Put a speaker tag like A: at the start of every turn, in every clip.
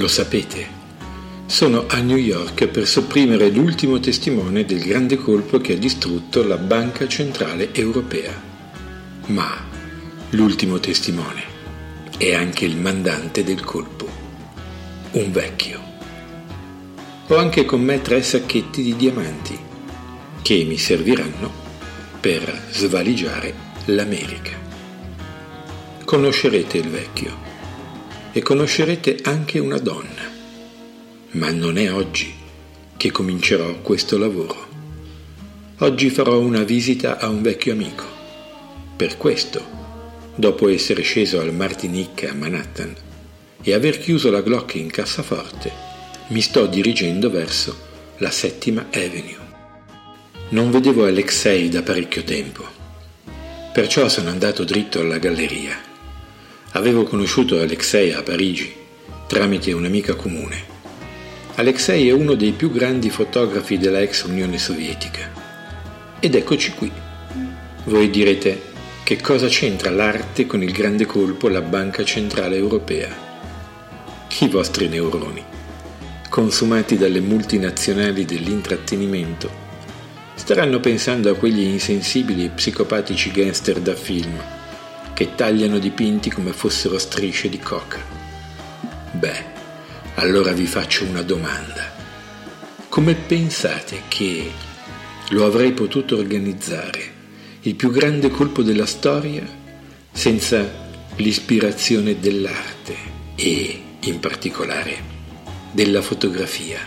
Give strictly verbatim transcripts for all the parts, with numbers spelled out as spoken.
A: lo sapete. Sono a New York per sopprimere l'ultimo testimone del grande colpo che ha distrutto la Banca Centrale Europea. Ma l'ultimo testimone è anche il mandante del colpo, un vecchio. Ho anche con me tre sacchetti di diamanti che mi serviranno per svaligiare l'America. Conoscerete il vecchio e conoscerete anche una donna. Ma non è oggi che comincerò questo lavoro. Oggi farò una visita a un vecchio amico. Per questo, dopo essere sceso al Martinique a Manhattan e aver chiuso la Glock in cassaforte, mi sto dirigendo verso la Settima Avenue. Non vedevo Alexei da parecchio tempo, perciò sono andato dritto alla galleria. Avevo conosciuto Alexei a Parigi tramite un'amica comune. Alexei è uno dei più grandi fotografi della ex Unione Sovietica. Ed eccoci qui. Voi direte, che cosa c'entra l'arte con il grande colpo alla Banca Centrale Europea? I vostri neuroni, consumati dalle multinazionali dell'intrattenimento, staranno pensando a quegli insensibili e psicopatici gangster da film che tagliano dipinti come fossero strisce di coca. Beh, allora vi faccio una domanda. Come pensate che lo avrei potuto organizzare, il più grande colpo della storia, senza l'ispirazione dell'arte e, in particolare, della fotografia?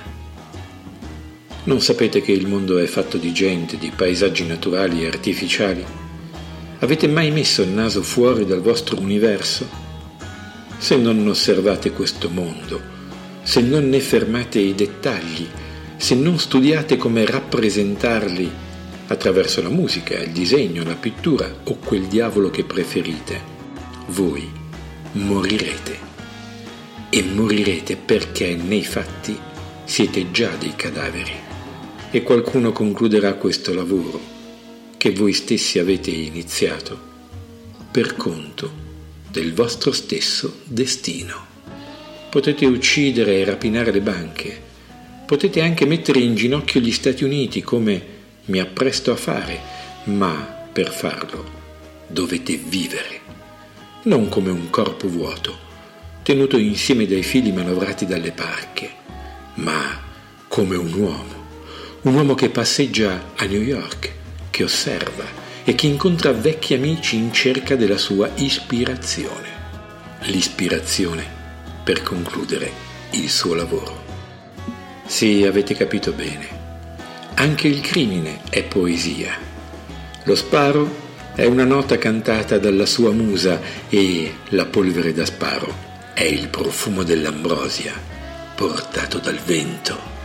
A: Non sapete che il mondo è fatto di gente, di paesaggi naturali e artificiali? Avete mai messo il naso fuori dal vostro universo? Se non osservate questo mondo, se non ne fermate i dettagli, se non studiate come rappresentarli attraverso la musica, il disegno, la pittura o quel diavolo che preferite, voi morirete. E morirete perché nei fatti siete già dei cadaveri e qualcuno concluderà questo lavoro che voi stessi avete iniziato per conto del vostro stesso destino. Potete uccidere e rapinare le banche, potete anche mettere in ginocchio gli Stati Uniti come mi appresto a fare, ma per farlo dovete vivere, non come un corpo vuoto, tenuto insieme dai fili manovrati dalle parche, ma come un uomo, un uomo che passeggia a New York, che osserva e che incontra vecchi amici in cerca della sua ispirazione. L'ispirazione per concludere il suo lavoro. Sì, avete capito bene. Anche il crimine è poesia. Lo sparo è una nota cantata dalla sua musa e la polvere da sparo è il profumo dell'ambrosia portato dal vento.